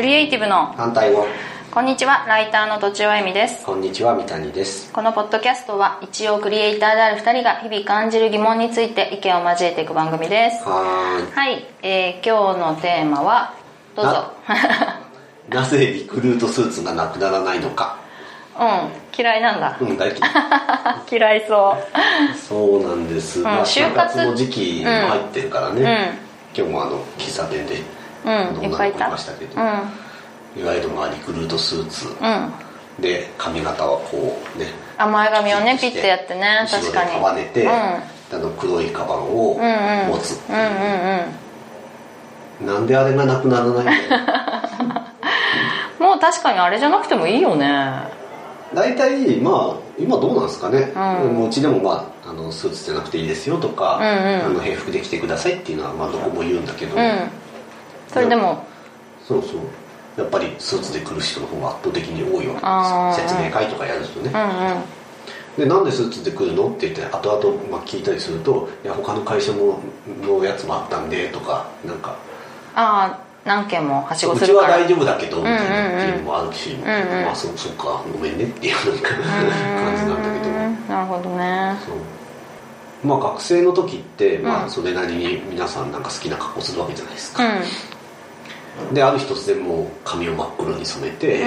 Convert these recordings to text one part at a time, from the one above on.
リエイティブの反対語。 こんにちは、ライターのとちおえみです。 こんにちは、三谷です。 このポッドキャストは一応クリエイターである2人が日々感じる疑問について意見を交えていく番組です。はい、今日のテーマはどうぞ。 なぜリクルートスーツがなくならないのか。 嫌いなんだ。 大嫌い。 嫌いそう。 そうなんです。就活の時期に入ってるからね。今日も喫茶店で女の子いましたけど、いわゆるリクルートスーツで髪型はこうね、 前髪をねピッてやってね、確かに後ろで束ねて、黒いカバンを持つっていう。なんであれがなくならないんだよ。 もう確かにあれじゃなくてもいいよね。 大体今どうなんですかね、もううちでもスーツじゃなくていいですよとか、平服で来てくださいっていうのはどこも言うんだけど、 それでもそうやっぱりスーツで来る人の方が圧倒的に多いわけです。説明会とかやるとね、でなんでスーツで来るのって言って後々聞いたりすると、いや他の会社のやつもあったんでとか、なんか何件もはしごするから、うちは大丈夫だけどみたいなっていうのもあるし、そうかごめんねっていう感じなんだけど。 なるほどね。 学生の時って、それなりに皆さんなんか好きな格好するわけじゃないですか。である日突然もう髪を真っ黒に染めて、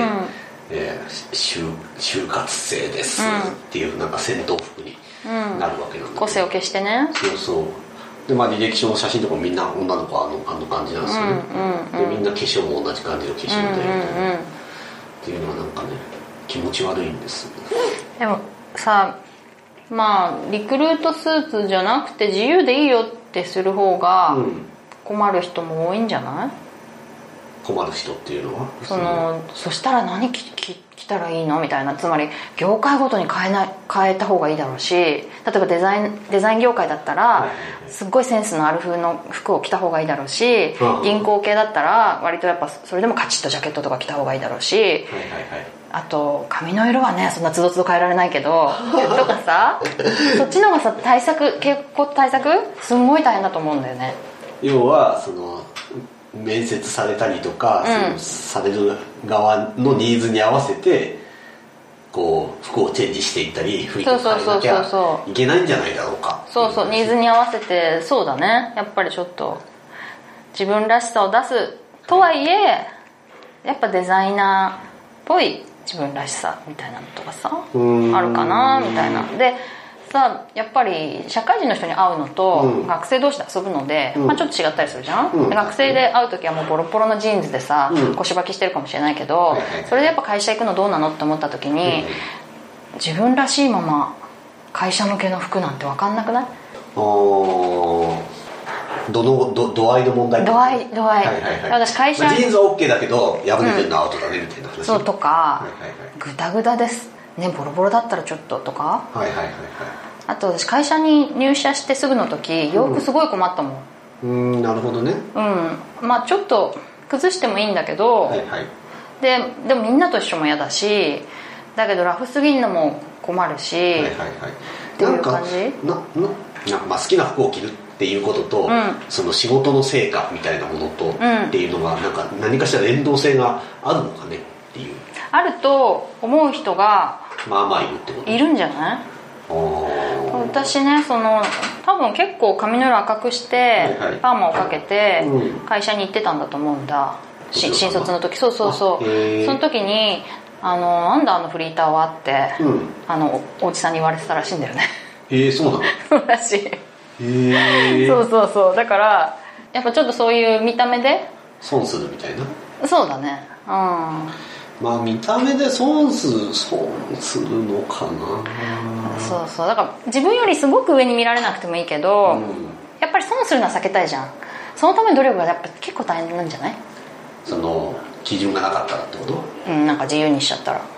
就活生ですっていうなんか戦闘服になるわけなんだけど、 個性を消してね。 そうで履歴書の写真とかみんな女の子はあの感じなんですよね。でみんな化粧も同じ感じの化粧で、っていうのはなんかね気持ち悪いんです。 でもさ、リクルートスーツじゃなくて自由でいいよってする方が困る人も多いんじゃない？ 困る人っていうのはそしたら何着たらいいのみたいな。つまり業界ごとに変えた方がいいだろうし、例えばデザイン業界だったらすっごいセンスのある風の服を着た方がいいだろうし、銀行系だったら割とやっぱそれでもカチッとジャケットとか着た方がいいだろうし、あと髪の色はねそんなつどつど変えられないけどとかさ、そっちの方がさ結構対策すんごい大変だと思うんだよね。 要は面接されたりとか、される側のニーズに合わせてこう服をチェンジしていったり、雰囲気を変えなきゃいけないんじゃないだろうか。 そうニーズに合わせて。そうだね、やっぱりちょっと自分らしさを出すとはいえやっぱデザイナーっぽい自分らしさみたいなのとかさあるかなみたいな。でさ、やっぱり社会人の人に会うのと学生同士で遊ぶので、ちょっと違ったりするじゃん。学生で会う時はもうボロボロのジーンズでさ、腰履きしてるかもしれないけど、それでやっぱ会社行くのどうなのって思った時に、自分らしいまま会社向けの服なんて分かんなくない？ 度合いの問題。 度合い、私会社、 ジーンズは OK だけど破れてるのアウトだねみたいな話。 そうとか、グダグダですね、ボロボロだったらちょっととか。あと私会社に入社してすぐの時洋服すごい困ったもん。 なるほどね。 ちょっと崩してもいいんだけど、でもみんなと一緒も嫌だし、だけどラフすぎるのも困るし、っていう感じ。 好きな服を着るっていうことと、その仕事の成果みたいなものと、っていうのが何かしら連動性があるのかねっていう。あると思う人がいるってこと。 いるんじゃない？私ね、多分結構髪の色赤くしてパーマをかけて会社に行ってたんだと思うんだ、新卒の時。そうその時になんだフリーターはって、おじさんに言われてたらしいんだよね。 そうなの？ そうらしい。そうだからやっぱちょっとそういう見た目で損するみたいな。 そうだね。 見た目で損するのかな。 そうだから自分よりすごく上に見られなくてもいいけど、やっぱり損するのは避けたいじゃん。そのための努力がやっぱ結構大変なんじゃない？ その基準がなかったらってこと？ なんか自由にしちゃったら。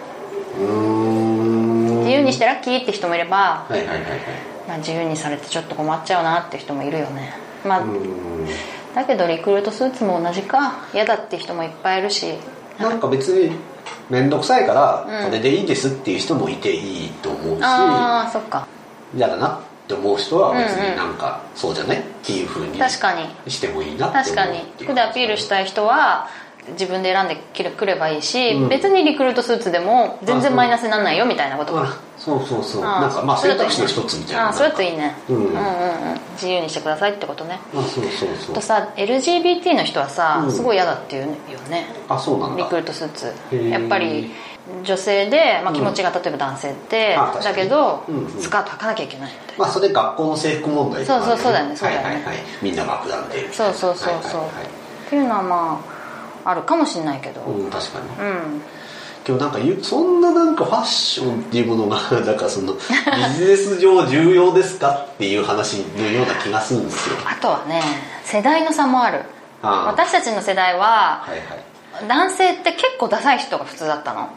自由にしてラッキーって人もいれば、自由にされてちょっと困っちゃうなって人もいるよね。だけどリクルートスーツも同じか、嫌だって人もいっぱいいるし、 なんか別に面倒くさいからこれでいいですっていう人もいていいと思うし、 そっか、 嫌だなって思う人は別になんかそうじゃねっていう風にしてもいいなって思う。 確かに服でアピールしたい人は自分で選んでくればいいし、別にリクルートスーツでも全然マイナスにならないよみたいなことか。 そうそうそう、なんかまあ選択肢の一つみたいな。 それだといいね。自由にしてくださいってことね。 そうそうそう。 とさ LGBT の人はさ、すごい嫌だって言うよね。 そうなんだ。 リクルートスーツやっぱり女性で、気持ちが例えば男性ってだけど、スカート履かなきゃいけないみたいな。 それ学校の制服問題とか、 そうだよね。 みんな学ランでそうっていうのはあるかもしれないけど、 確かに。今日なんかそんななんかファッションっていうものがなんかそのビジネス上重要ですかっていう話のような気がするんですよ。 あとはね、世代の差もある。私たちの世代は、男性って結構ダサい人が普通だったの。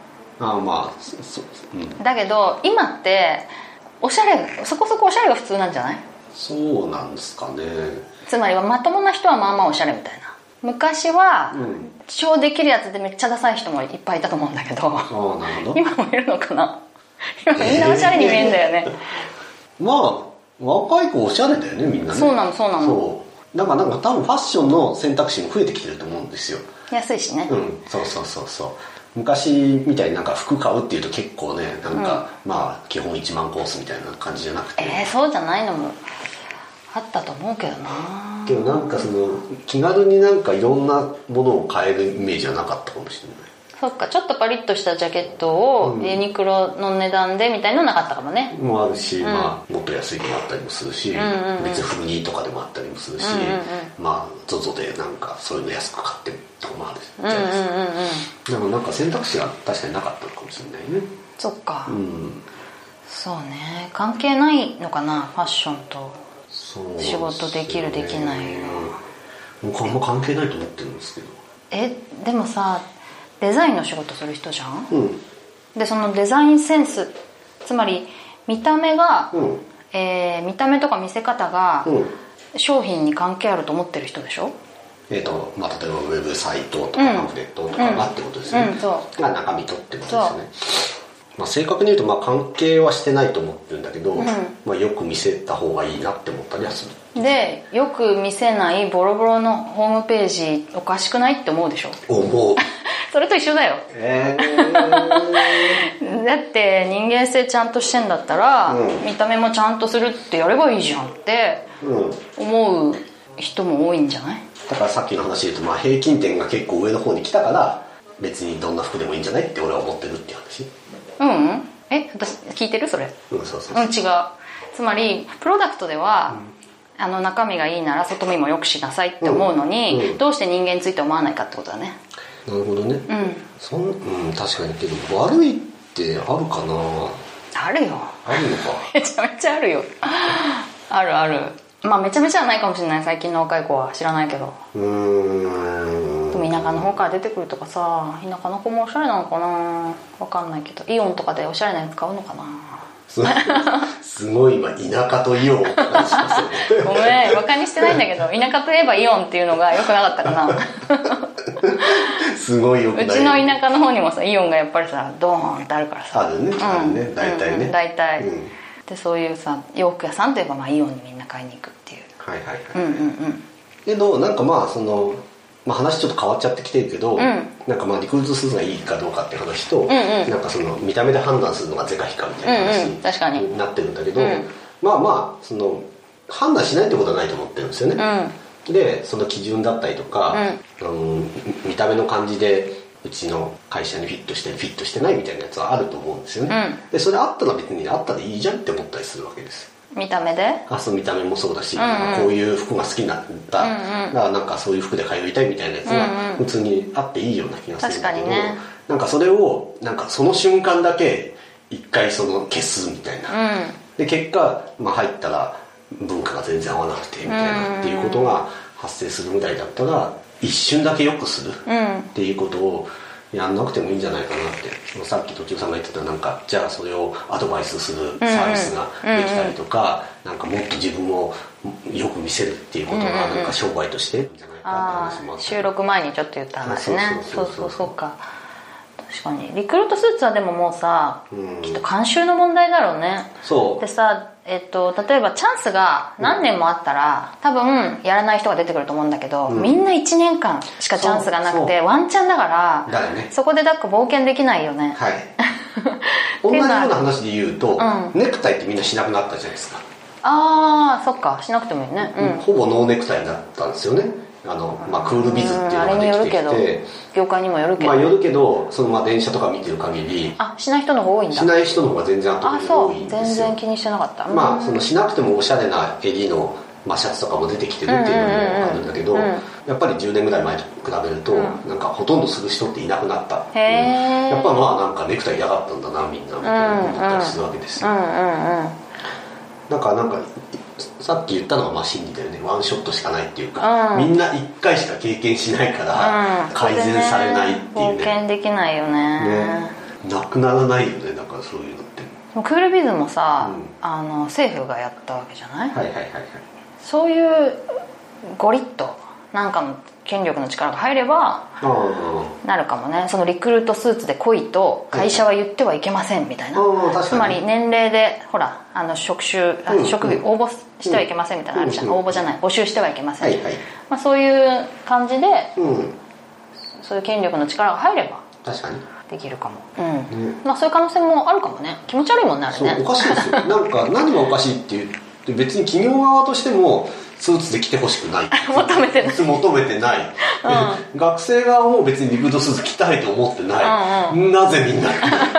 だけど今っておしゃれ、そこそこおしゃれが普通なんじゃない？ そうなんですかね。 つまりはまともな人はまあまあおしゃれみたいな。昔は、超できるやつでめっちゃダサい人もいっぱいいたと思うんだけど、 なるほど。 今もいるのかな。今みんなおしゃれに見えるんだよね。 若い子おしゃれだよね、みんなね。 そうなの。 なんか多分ファッションの選択肢も増えてきてると思うんですよ。 安いしね。 そう。昔みたいになんか服買うっていうと結構ね、なんか、基本1万コースみたいな感じじゃなくて、 そうじゃないのもあったと思うけどな。 けどなんかその気軽になんかいろんなものを買えるイメージはなかったかもしれない。 そっか、ちょっとパリッとしたジャケットをユニクロの値段でみたいなのなかったかもね。 もあるし、もっと安いのもあったりもするし、別に古着とかでもあったりもするし、ZOZO でなんかそういうの安く買ってとかもあるじゃないですか。でもなんか選択肢が確かになかったのかもしれないね。 そっか、そうね、関係ないのかな、ファッションと仕事できるできないの。 僕あんま関係ないと思ってるんですけど。 でもさ、デザインの仕事する人じゃん、でそのデザインセンス、つまり見た目が、見た目とか見せ方が、商品に関係あると思ってる人でしょ。 例えばウェブサイトとかパンフレットとかがってことですよね、が中身とってことですよね。正確に言うと関係はしてないと思ってるんだけど、よく見せた方がいいなって思ったりはする。でよく見せないボロボロのホームページおかしくないって思うでしょ。 思う。 それと一緒だよ。だって人間性ちゃんとしてんだったら、見た目もちゃんとするってやればいいじゃんって思う人も多いんじゃない？ だからさっきの話で言うと、平均点が結構上の方に来たから別にどんな服でもいいんじゃないって俺は思ってるっていう話。私聞いてるそれ。違う。つまりプロダクトでは、中身がいいなら外見も良くしなさいって思うのに、どうして人間について思わないかってことだね。 なるほどね。確かに。けど悪いってあるかな。 あるよ。 あるのか。 めちゃめちゃあるよ。ある。めちゃめちゃはないかもしれない、最近の若い子は。知らないけど。でも田舎の方から出てくるとかさ、田舎の子もおしゃれなのかな、分かんないけど、イオンとかでおしゃれなやつ買うのかな。 すごい今田舎とイオンを話しますよね。 ごめん、バカにしてないんだけど、田舎といえばイオンっていうのが良くなかったかな。 すごい良くない。 うちの田舎の方にもさ、イオンがやっぱりさドーンってあるからさ。 あるね、大体ね。 大体。でそういうさ、洋服屋さんといえばイオンにみんな買いに行くっていう。けどなんかその話ちょっと変わっちゃってきてるけど、なんかリクルートスーツがいいかどうかって話と、なんかその見た目で判断するのが是か非かみたいな話になってるんだけど、その判断しないってことはないと思ってるんですよね。でその基準だったりとか、見た目の感じでうちの会社にフィットしてるフィットしてないみたいなやつはあると思うんですよね。でそれあったら別にあったでいいじゃんって思ったりするわけです。 見た目で？ そう、見た目もそうだし、こういう服が好きなんだ、だからなんかそういう服で通いたいみたいなやつが普通にあっていいような気がするんだけど、なんかそれをなんかその瞬間だけ一回その消すみたいな、で結果、入ったら文化が全然合わなくてみたいなっていうことが発生するぐらいだったら、一瞬だけ良くするっていうことをやんなくてもいいんじゃないかなって。さっき途中さんが言ってた、なんかじゃあそれをアドバイスするサービスができたりとか、なんかもっと自分をよく見せるっていうことがなんか商売としていいんじゃないかって話もあって、 収録前にちょっと言った話ね。そうか。 確かにリクルートスーツはでももうさ、きっと慣習の問題だろうね。 そうでさ、例えばチャンスが何年もあったら、多分やらない人が出てくると思うんだけど、みんな1年間しかチャンスがなくてワンチャンだからだよね、 そこでだっか冒険できないよね。 はい同じような話で言うと、ネクタイってみんなしなくなったじゃないですか。 ああそっか、しなくてもいいね、 ほぼノーネクタイになったんですよね。クールビズっていうのができてきて、 あれによるけど業界にもよるけど、 よるけど電車とか見てる限りしない人の方が多いんだ。 しない人の方が全然圧倒的に多いんですよ。 全然気にしてなかった。 しなくてもおしゃれな襟の、シャツとかも出てきてるっていうのもあるんだけど、やっぱり10年ぐらい前と比べると、なんかほとんどする人っていなくなった。やっぱなんかネクタイ嫌がったんだなみんなみたいな思ったりするわけですよ。なんかさっき言ったのが真理だよね。ワンショットしかないっていうか、みんな1回しか経験しないから、改善されないっていうね。 冒険できないよね。 なくならないよね。だからそういうのって。 クールビズもさ、政府がやったわけじゃない？ はい。 そういうゴリッとなんかの権力の力が入ればなるかもね。そのリクルートスーツで来いと会社は言ってはいけませんみたいな、つまり年齢でほら職業応募してはいけませんみたいなのあるじゃん。応募じゃない募集してはいけません、そういう感じで、そういう権力の力が入れば確かにできるかも、そういう可能性もあるかもね。気持ち悪いもんねあれね。 そうおかしいですよなんか何がおかしいっていう別に企業側としてもスーツで来てほしくない求めてない、学生側も別にリクルートスーツ着たいと思ってない、なぜみんな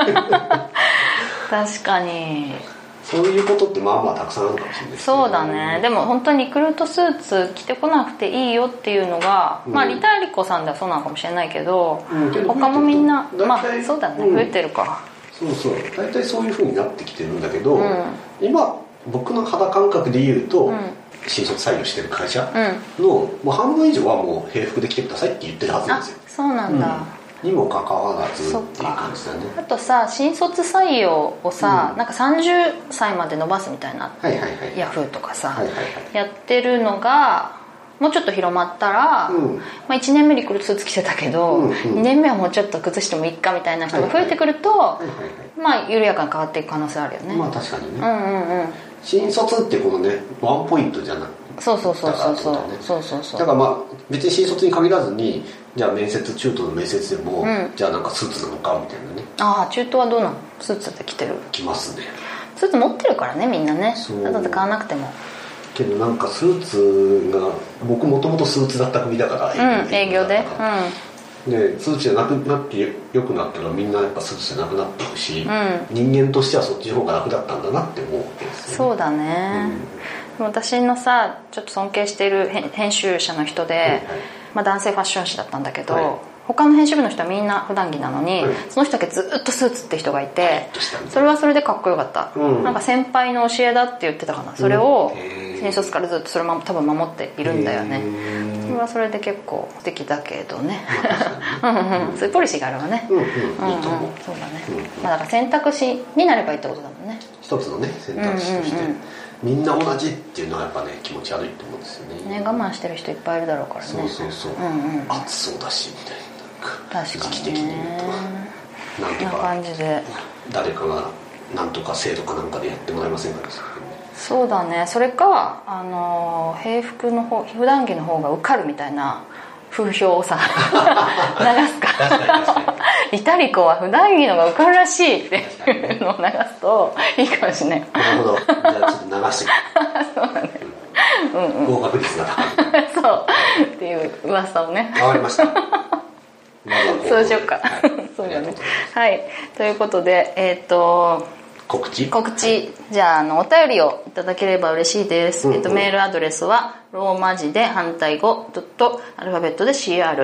確かにそういうことってたくさんあるかもしれないですね。 そうだね。でも本当にリクルートスーツ着てこなくていいよっていうのが、リタイリコさんではそうなのかもしれないけど、他もみんなそうだね、増えてるから。 そう大体そういう風になってきてるんだけど、今僕の肌感覚で言うと、新卒採用してる会社の、もう半分以上はもう平服で来てくださいって言ってるはずなんですよ。 そうなんだ、 にもかかわらずっていう感じだね。 あとさ、新卒採用をさ、なんか30歳まで伸ばすみたいな、ヤフーとかさ、やってるのがもうちょっと広まったら、1年目リクルートスーツ着てたけど、2年目はもうちょっと崩してもいいかみたいな人が増えてくると、緩やかに変わっていく可能性あるよね。 確かにね、新卒ってこのねワンポイントじゃなくて、 そうだから別に新卒に限らずに、じゃあ中途の面接でも、じゃあなんかスーツなのかみたいなね。 中途はどうなの？スーツで着てる？ 着ますね。 スーツ持ってるからねみんなね。だって買わなくても。けどなんかスーツが僕もともとスーツだった組だから、 営業で、 でスーツじゃなくなって良くなったらみんなやっぱスーツじゃなくなっていくし、人間としてはそっちの方が楽だったんだなって思うわけですよね。 そうだね、私のさちょっと尊敬している編集者の人で、男性ファッション誌だったんだけど、他の編集部の人はみんな普段着なのに、その人だけずっとスーツって人がいて、それはそれでかっこよかった、なんか先輩の教えだって言ってたかな。それを新卒からずっとそれ多分守っているんだよね。それはそれで結構素敵だけどねそういうポリシーがあるわね。そうだね、だから選択肢になればいいってことだもんね。 一つのね選択肢として、みんな同じっていうのはやっぱね気持ち悪いと思うんですよね。 我慢してる人いっぱいいるだろうからね。 そう、暑そうだしみたいな、 確かにね、 時期的に言うとなんとか感じで誰かがなんとか制度かなんかでやってもらえませんかね。 そうだね。それか平服の方、普段着の方が受かるみたいな風評をさ流すかリタリコは普段着の方が受かるらしいっていうのを流すといいかもしれない。 なるほど、じゃあちょっと流してそうだね、 合格率が高いそうっていう噂をね。 わかりましたそうしようか、そうだね。はい、ということで告知じゃあお便りをいただければ嬉しいです。メールアドレスはローマ字で反対語アルファベットで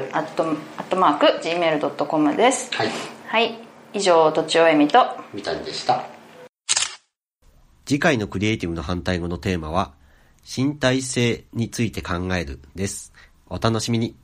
CR@gmail.com です。はい、以上とちおえみと三谷でした。次回のクリエイティブの反対語のテーマは身体性について考えるです。お楽しみに。